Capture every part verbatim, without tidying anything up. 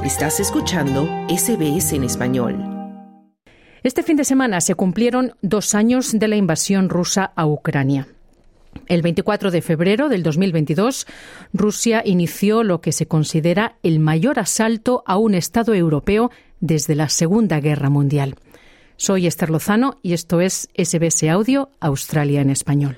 Estás escuchando S B S en español. Este fin de semana se cumplieron dos años de la invasión rusa a Ucrania. El veinticuatro de febrero del dos mil veintidós, Rusia inició lo que se considera el mayor asalto a un Estado europeo desde la Segunda Guerra Mundial. Soy Esther Lozano y esto es S B S Audio, Australia en español.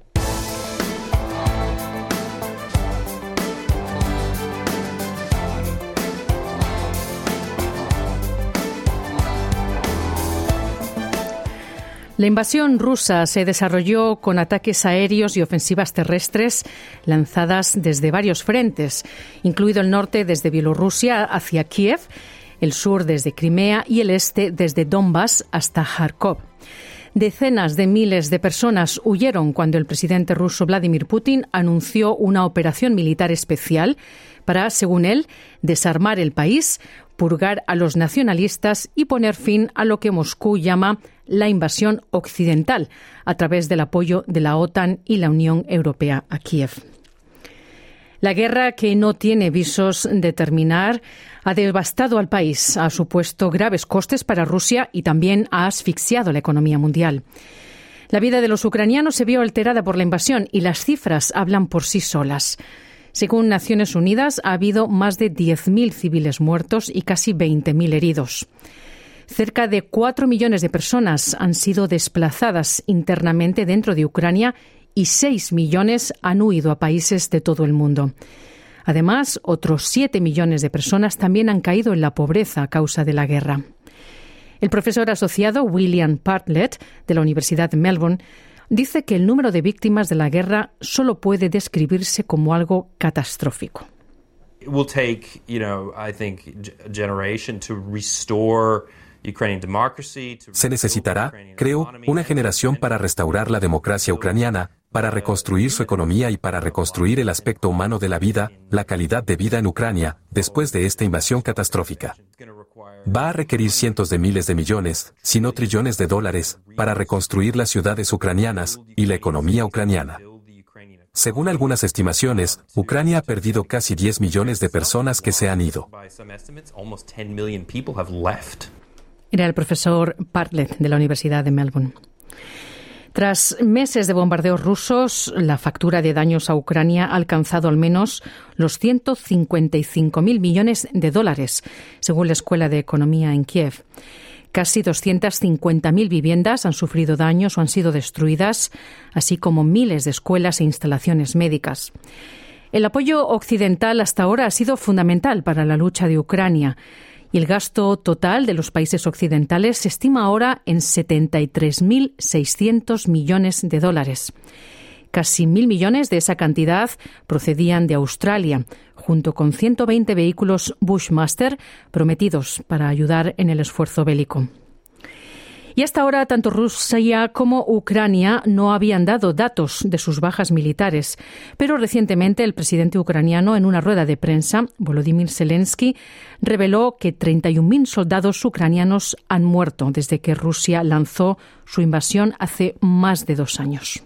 La invasión rusa se desarrolló con ataques aéreos y ofensivas terrestres lanzadas desde varios frentes, incluido el norte desde Bielorrusia hacia Kiev, el sur desde Crimea y el este desde Donbass hasta Kharkov. Decenas de miles de personas huyeron cuando el presidente ruso Vladimir Putin anunció una operación militar especial para, según él, desarmar el país, purgar a los nacionalistas y poner fin a lo que Moscú llama la invasión occidental a través del apoyo de la OTAN y la Unión Europea a Kiev. La guerra, que no tiene visos de terminar, ha devastado al país, ha supuesto graves costes para Rusia y también ha asfixiado la economía mundial. La vida de los ucranianos se vio alterada por la invasión y las cifras hablan por sí solas. Según Naciones Unidas, ha habido más de diez mil civiles muertos y casi veinte mil heridos. Cerca de cuatro millones de personas han sido desplazadas internamente dentro de Ucrania y seis millones han huido a países de todo el mundo. Además, otros siete millones de personas también han caído en la pobreza a causa de la guerra. El profesor asociado William Bartlett, de la Universidad de Melbourne, dice que el número de víctimas de la guerra solo puede describirse como algo catastrófico. It will take, you know, I think, a generation to restore Ukrainian democracy. Se necesitará, creo, una generación para restaurar la democracia ucraniana, para reconstruir su economía y para reconstruir el aspecto humano de la vida, la calidad de vida en Ucrania, después de esta invasión catastrófica. Va a requerir cientos de miles de millones, si no trillones de dólares, para reconstruir las ciudades ucranianas y la economía ucraniana. Según algunas estimaciones, Ucrania ha perdido casi diez millones de personas que se han ido. Era el profesor Bartlett de la Universidad de Melbourne. Tras meses de bombardeos rusos, la factura de daños a Ucrania ha alcanzado al menos los ciento cincuenta y cinco mil millones de dólares, según la Escuela de Economía en Kiev. Casi doscientas cincuenta mil viviendas han sufrido daños o han sido destruidas, así como miles de escuelas e instalaciones médicas. El apoyo occidental hasta ahora ha sido fundamental para la lucha de Ucrania, y el gasto total de los países occidentales se estima ahora en setenta y tres mil seiscientos millones de dólares. Casi mil millones de esa cantidad procedían de Australia, junto con ciento veinte vehículos Bushmaster prometidos para ayudar en el esfuerzo bélico. Y hasta ahora, tanto Rusia como Ucrania no habían dado datos de sus bajas militares, pero recientemente el presidente ucraniano, en una rueda de prensa, Volodymyr Zelensky, reveló que treinta y un mil soldados ucranianos han muerto desde que Rusia lanzó su invasión hace más de dos años.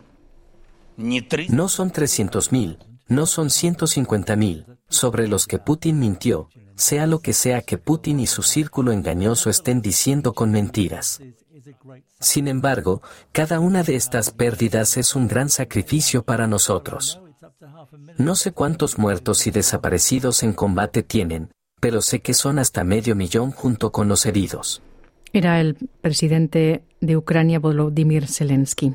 No son trescientos mil, no son ciento cincuenta mil, sobre los que Putin mintió, sea lo que sea que Putin y su círculo engañoso estén diciendo con mentiras. Sin embargo, cada una de estas pérdidas es un gran sacrificio para nosotros. No sé cuántos muertos y desaparecidos en combate tienen, pero sé que son hasta medio millón junto con los heridos. Era el presidente de Ucrania, Volodymyr Zelensky.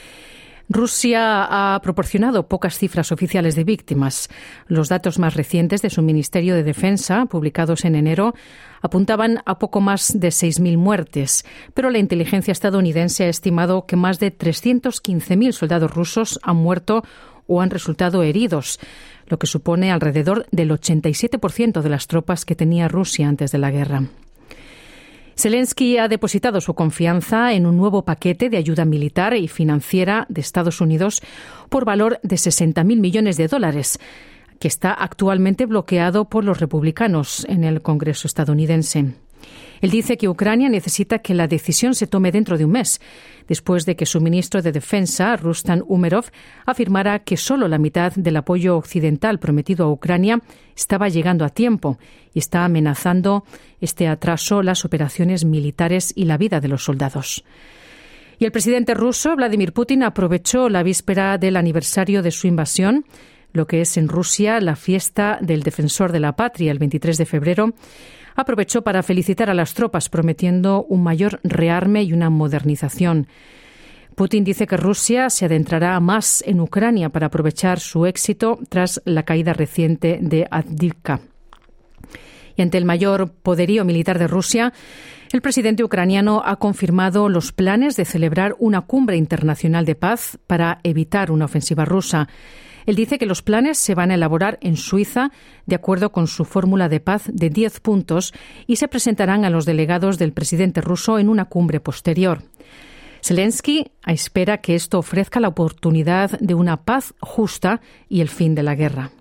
Rusia ha proporcionado pocas cifras oficiales de víctimas. Los datos más recientes de su Ministerio de Defensa, publicados en enero, apuntaban a poco más de seis mil muertes, pero la inteligencia estadounidense ha estimado que más de trescientos quince mil soldados rusos han muerto o han resultado heridos, lo que supone alrededor del ochenta y siete por ciento de las tropas que tenía Rusia antes de la guerra. Zelensky ha depositado su confianza en un nuevo paquete de ayuda militar y financiera de Estados Unidos por valor de sesenta mil millones de dólares, que está actualmente bloqueado por los republicanos en el Congreso estadounidense. Él dice que Ucrania necesita que la decisión se tome dentro de un mes, después de que su ministro de Defensa, Rustam Umerov, afirmara que solo la mitad del apoyo occidental prometido a Ucrania estaba llegando a tiempo y está amenazando este atraso las operaciones militares y la vida de los soldados. Y el presidente ruso, Vladimir Putin, aprovechó la víspera del aniversario de su invasión, lo que es en Rusia la fiesta del Defensor de la Patria, el veintitrés de febrero, aprovechó para felicitar a las tropas, prometiendo un mayor rearme y una modernización. Putin dice que Rusia se adentrará más en Ucrania para aprovechar su éxito tras la caída reciente de Avdiivka. Y ante el mayor poderío militar de Rusia, el presidente ucraniano ha confirmado los planes de celebrar una cumbre internacional de paz para evitar una ofensiva rusa. Él dice que los planes se van a elaborar en Suiza de acuerdo con su fórmula de paz de diez puntos y se presentarán a los delegados del presidente ruso en una cumbre posterior. Zelensky espera que esto ofrezca la oportunidad de una paz justa y el fin de la guerra.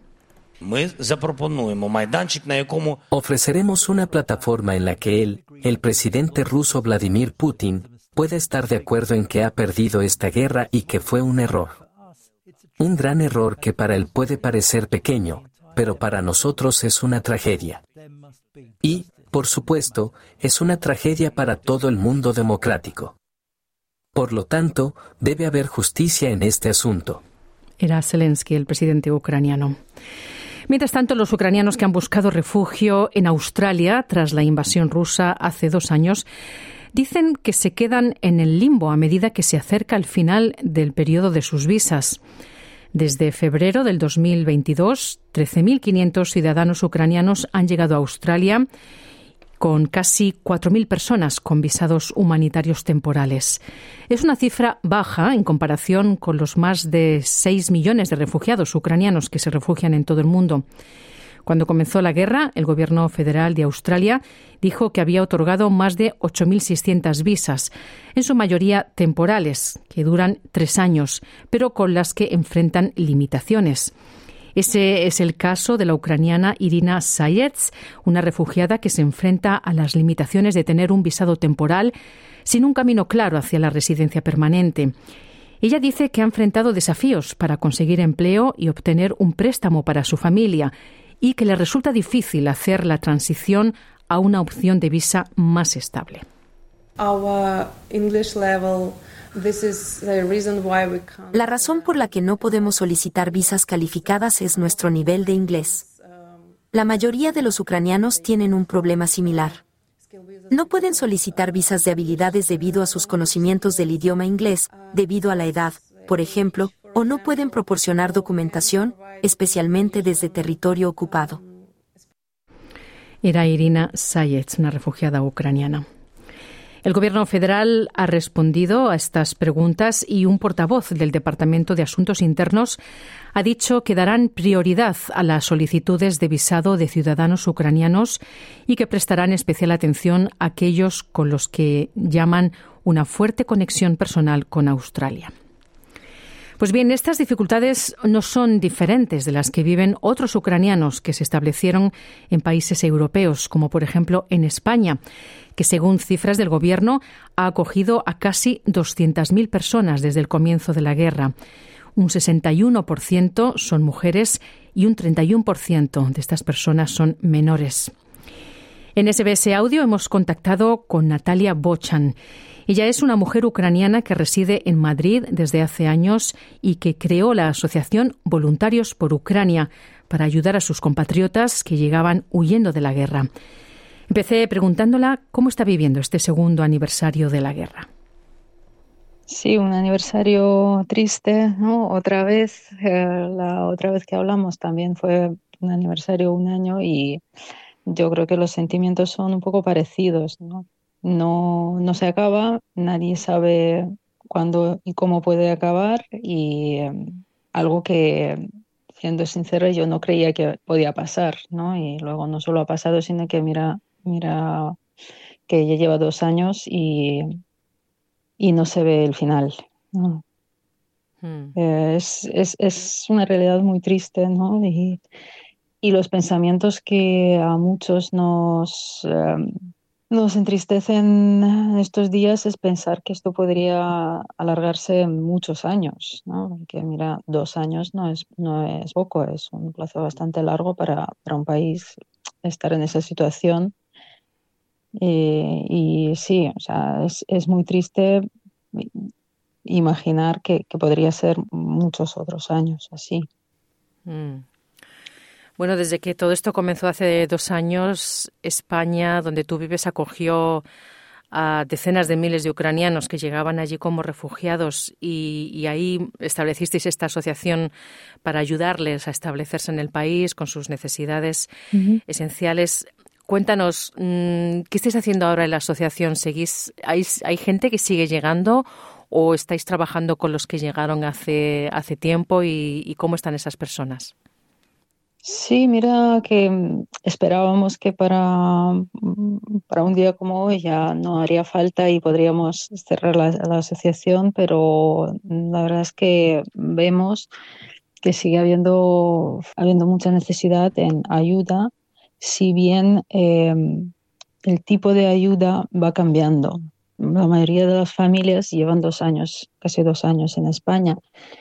Ofreceremos una plataforma en la que él, el presidente ruso Vladimir Putin, pueda estar de acuerdo en que ha perdido esta guerra y que fue un error. Un gran error que para él puede parecer pequeño, pero para nosotros es una tragedia. Y, por supuesto, es una tragedia para todo el mundo democrático. Por lo tanto, debe haber justicia en este asunto. Era Zelensky, el presidente ucraniano. Mientras tanto, los ucranianos que han buscado refugio en Australia tras la invasión rusa hace dos años dicen que se quedan en el limbo a medida que se acerca el final del periodo de sus visas. Desde febrero del dos mil veintidós, trece mil quinientos ciudadanos ucranianos han llegado a Australia, con casi cuatro mil personas con visados humanitarios temporales. Es una cifra baja en comparación con los más de seis millones de refugiados ucranianos que se refugian en todo el mundo. Cuando comenzó la guerra, el gobierno federal de Australia dijo que había otorgado más de ocho mil seiscientas visas, en su mayoría temporales, que duran tres años, pero con las que enfrentan limitaciones. Ese es el caso de la ucraniana Irina Zayets, una refugiada que se enfrenta a las limitaciones de tener un visado temporal sin un camino claro hacia la residencia permanente. Ella dice que ha enfrentado desafíos para conseguir empleo y obtener un préstamo para su familia y que le resulta difícil hacer la transición a una opción de visa más estable. La razón por la que no podemos solicitar visas calificadas es nuestro nivel de inglés. La mayoría de los ucranianos tienen un problema similar. No pueden solicitar visas de habilidades debido a sus conocimientos del idioma inglés, debido a la edad, por ejemplo, o no pueden proporcionar documentación, especialmente desde territorio ocupado. Era Irina Zayets, una refugiada ucraniana. El Gobierno federal ha respondido a estas preguntas y un portavoz del Departamento de Asuntos Internos ha dicho que darán prioridad a las solicitudes de visado de ciudadanos ucranianos y que prestarán especial atención a aquellos con los que llaman una fuerte conexión personal con Australia. Pues bien, estas dificultades no son diferentes de las que viven otros ucranianos que se establecieron en países europeos, como por ejemplo en España, que según cifras del Gobierno ha acogido a casi doscientas mil personas desde el comienzo de la guerra. Un sesenta y uno por ciento son mujeres y un treinta y uno por ciento de estas personas son menores. En S B S Audio hemos contactado con Natalia Bochan. Ella es una mujer ucraniana que reside en Madrid desde hace años y que creó la asociación Voluntarios por Ucrania para ayudar a sus compatriotas que llegaban huyendo de la guerra. Empecé preguntándola cómo está viviendo este segundo aniversario de la guerra. Sí, un aniversario triste, ¿no? Otra vez, eh, la otra vez que hablamos también fue un aniversario un año y yo creo que los sentimientos son un poco parecidos, ¿no? No, no se acaba, nadie sabe cuándo y cómo puede acabar y eh, algo que, siendo sincera, yo no creía que podía pasar, ¿no? Y luego no solo ha pasado, sino que mira, mira que ya lleva dos años y, y no se ve el final, ¿no? Hmm. Eh, es, es, es una realidad muy triste, ¿no? Y, y los pensamientos que a muchos nos... Um, nos entristecen estos días es pensar que esto podría alargarse muchos años, ¿no? Porque mira, dos años no es, no es poco, es un plazo bastante largo para, para un país estar en esa situación. Eh, y sí, o sea, es, es muy triste imaginar que, que podría ser muchos otros años así. Mm. Bueno, desde que todo esto comenzó hace dos años, España, donde tú vives, acogió a decenas de miles de ucranianos que llegaban allí como refugiados y, y ahí establecisteis esta asociación para ayudarles a establecerse en el país con sus necesidades uh-huh. esenciales. Cuéntanos, ¿qué estáis haciendo ahora en la asociación? ¿Seguís, hay, hay gente que sigue llegando o estáis trabajando con los que llegaron hace, hace tiempo y, y cómo están esas personas? Sí, mira que esperábamos que para, para un día como hoy ya no haría falta y podríamos cerrar la, la asociación, pero la verdad es que vemos que sigue habiendo, habiendo mucha necesidad en ayuda, si bien eh, el tipo de ayuda va cambiando. La mayoría de las familias llevan dos años, casi dos años en España,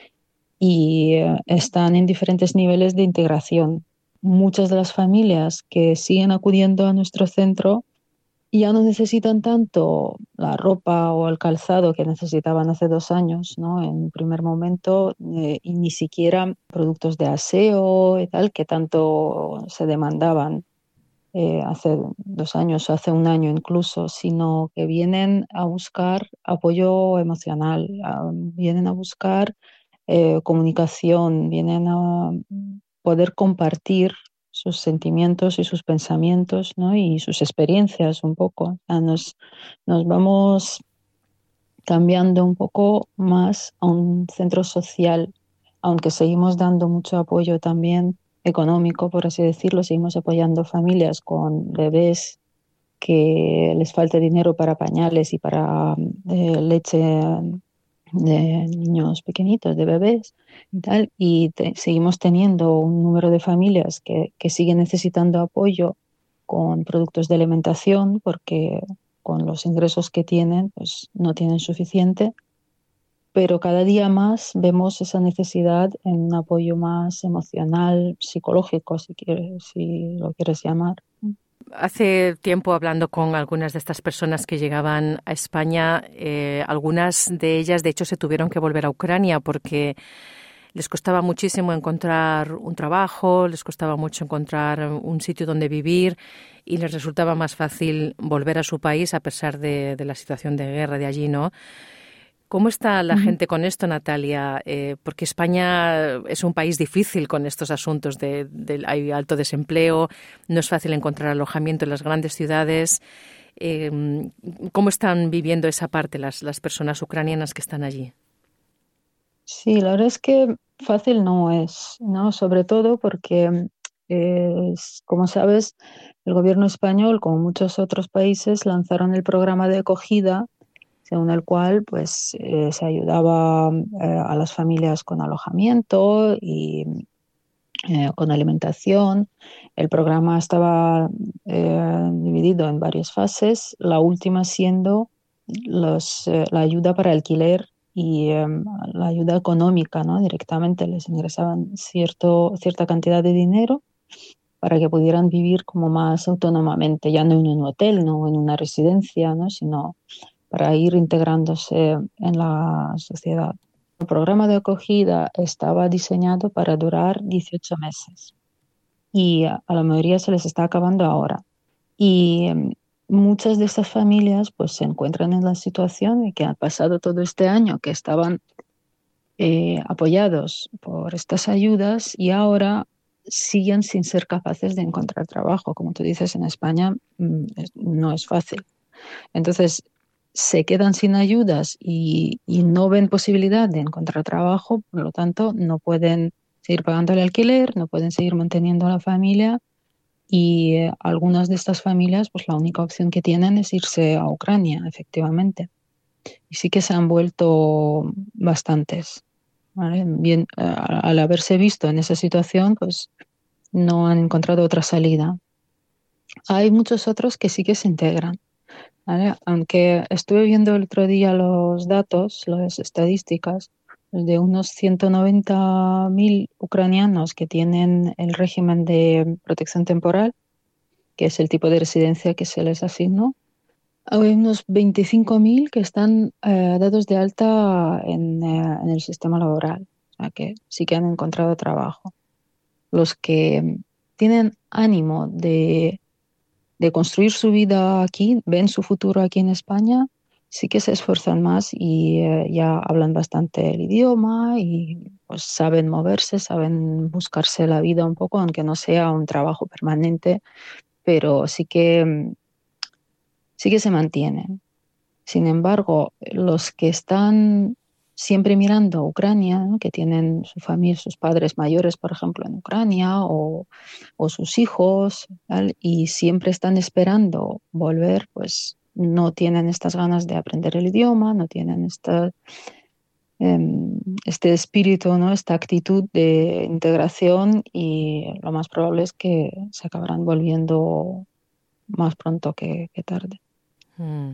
y eh, están en diferentes niveles de integración. Muchas de las familias que siguen acudiendo a nuestro centro ya no necesitan tanto la ropa o el calzado que necesitaban hace dos años, ¿no? En un primer momento, eh, y ni siquiera productos de aseo y tal que tanto se demandaban eh, hace dos años o hace un año incluso, sino que vienen a buscar apoyo emocional, a, vienen a buscar Eh, comunicación, vienen a poder compartir sus sentimientos y sus pensamientos, ¿no? Y sus experiencias un poco. O sea, nos, nos vamos cambiando un poco más a un centro social, aunque seguimos dando mucho apoyo también económico, por así decirlo, seguimos apoyando familias con bebés que les falte dinero para pañales y para eh, leche de niños pequeñitos, de bebés y tal, y te, seguimos teniendo un número de familias que, que siguen necesitando apoyo con productos de alimentación porque con los ingresos que tienen pues no tienen suficiente, pero cada día más vemos esa necesidad en un apoyo más emocional, psicológico, si quieres, si lo quieres llamar. Hace tiempo, hablando con algunas de estas personas que llegaban a España, eh, algunas de ellas, de hecho, se tuvieron que volver a Ucrania porque les costaba muchísimo encontrar un trabajo, les costaba mucho encontrar un sitio donde vivir y les resultaba más fácil volver a su país a pesar de, de la situación de guerra de allí, ¿no? ¿Cómo está la uh-huh. gente con esto, Natalia? Eh, porque España es un país difícil con estos asuntos. De, de, hay alto desempleo, no es fácil encontrar alojamiento en las grandes ciudades. Eh, ¿Cómo están viviendo esa parte las, las personas ucranianas que están allí? Sí, la verdad es que fácil no es, ¿no? Sobre todo porque, eh, como sabes, el gobierno español, como muchos otros países, lanzaron el programa de acogida según el cual pues, eh, se ayudaba eh, a las familias con alojamiento y eh, con alimentación. El programa estaba eh, dividido en varias fases, la última siendo los, eh, la ayuda para alquiler y eh, la ayuda económica, ¿no? Directamente les ingresaban cierto, cierta cantidad de dinero para que pudieran vivir como más autónomamente, ya no en un hotel, no en una residencia, ¿no? Sino para ir integrándose en la sociedad. El programa de acogida estaba diseñado para durar dieciocho meses y a la mayoría se les está acabando ahora. Y muchas de estas familias pues, se encuentran en la situación de que han pasado todo este año que estaban eh, apoyados por estas ayudas y ahora siguen sin ser capaces de encontrar trabajo. Como tú dices, en España no es fácil. Entonces, se quedan sin ayudas y, y no ven posibilidad de encontrar trabajo, por lo tanto no pueden seguir pagando el alquiler, no pueden seguir manteniendo a la familia y eh, algunas de estas familias pues la única opción que tienen es irse a Ucrania, efectivamente. Y sí que se han vuelto bastantes, ¿vale? Bien, a, al haberse visto en esa situación pues no han encontrado otra salida. Hay muchos otros que sí que se integran. ¿vale? Aunque estuve viendo el otro día los datos, las estadísticas, de unos ciento noventa mil ucranianos que tienen el régimen de protección temporal, que es el tipo de residencia que se les asignó, hay unos veinticinco mil que están eh, dados de alta en, eh, en el sistema laboral, o sea que sí que han encontrado trabajo. Los que tienen ánimo de, de construir su vida aquí, ven su futuro aquí en España, sí que se esfuerzan más y eh, ya hablan bastante el idioma y pues saben moverse, saben buscarse la vida un poco, aunque no sea un trabajo permanente, pero sí que, sí que se mantienen. Sin embargo, los que están siempre mirando a Ucrania, ¿no? Que tienen su familia, sus padres mayores, por ejemplo, en Ucrania, o, o sus hijos, ¿tal? Y siempre están esperando volver, pues no tienen estas ganas de aprender el idioma, no tienen esta, eh, este espíritu, ¿no? Esta actitud de integración, y lo más probable es que se acabarán volviendo más pronto que, que tarde. Mm.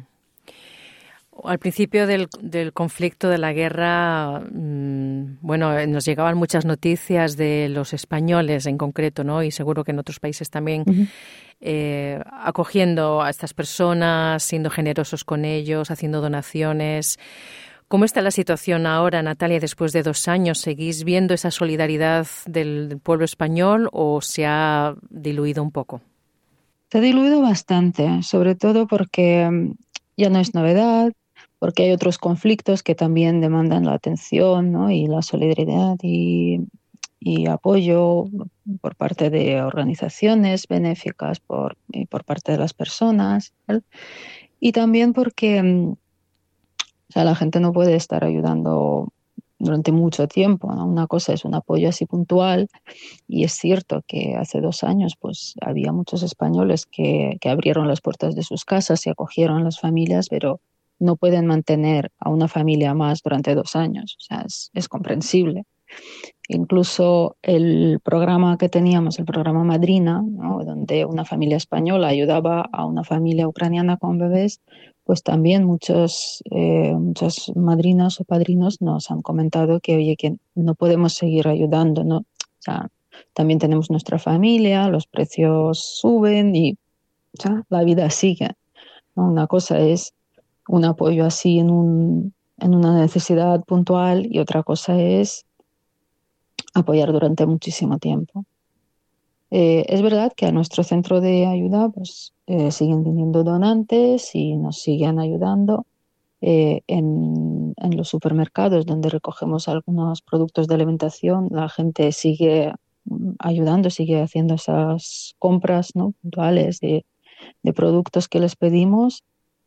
Al principio del, del conflicto, de la guerra, mmm, bueno, nos llegaban muchas noticias de los españoles en concreto, ¿no? Y seguro que en otros países también, uh-huh. eh, acogiendo a estas personas, siendo generosos con ellos, haciendo donaciones. ¿Cómo está la situación ahora, Natalia, después de dos años? ¿Seguís viendo esa solidaridad del, del pueblo español o se ha diluido un poco? Se ha diluido bastante, sobre todo porque ya no es novedad, porque hay otros conflictos que también demandan la atención, ¿no? Y la solidaridad y, y apoyo por parte de organizaciones benéficas, por, y por parte de las personas, ¿vale? Y también porque o sea, la gente no puede estar ayudando durante mucho tiempo, ¿no? Una cosa es un apoyo así puntual, y es cierto que hace dos años pues había muchos españoles que, que abrieron las puertas de sus casas y acogieron a las familias, pero no pueden mantener a una familia más durante dos años. O sea, es, es comprensible. Incluso el programa que teníamos, el programa Madrina, ¿no? Donde una familia española ayudaba a una familia ucraniana con bebés, pues también muchos, eh, muchas madrinas o padrinos nos han comentado que, oye, que no podemos seguir ayudando, ¿no? O sea, también tenemos nuestra familia, los precios suben y, o sea, la vida sigue, ¿no? Una cosa es un apoyo así en, un, en una necesidad puntual, y otra cosa es apoyar durante muchísimo tiempo. Eh, es verdad que a nuestro centro de ayuda pues, eh, siguen viniendo donantes y nos siguen ayudando. Eh, en, en los supermercados donde recogemos algunos productos de alimentación, la gente sigue ayudando, sigue haciendo esas compras, ¿no? puntuales de, de productos que les pedimos,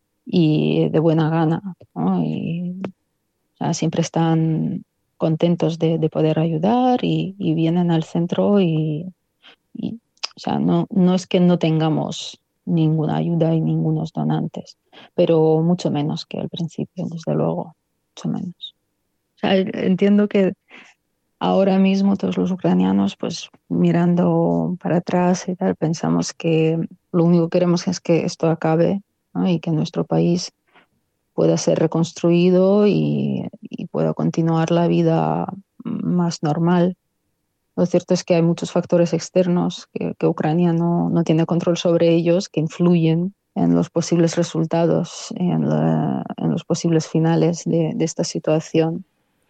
y de buena gana, ¿no? Y o sea, siempre están contentos de, de poder ayudar y, y vienen al centro y, y o sea, no, no es que no tengamos ninguna ayuda y ningunos donantes, pero mucho menos que al principio, desde luego, mucho menos. O sea, entiendo que ahora mismo todos los ucranianos, pues mirando para atrás y tal, pensamos que lo único que queremos es que esto acabe, ¿no? Y que nuestro país pueda ser reconstruido y, y pueda continuar la vida más normal. Lo cierto es que hay muchos factores externos que, que Ucrania no, no tiene control sobre ellos, que influyen en los posibles resultados, en, la, en los posibles finales de, de esta situación.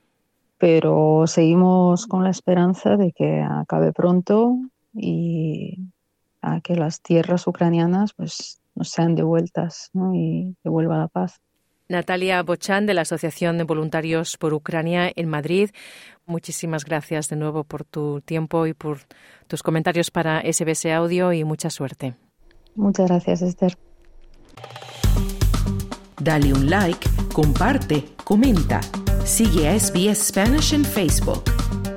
Pero seguimos con la esperanza de que acabe pronto y a que las tierras ucranianas pues, nos sean devueltas, ¿no? Y que vuelva la paz. Natalia Bochán, de la Asociación de Voluntarios por Ucrania en Madrid, muchísimas gracias de nuevo por tu tiempo y por tus comentarios para S B S Audio, y mucha suerte. Muchas gracias, Esther. Dale un like, comparte, comenta. Sigue a S B S Spanish en Facebook.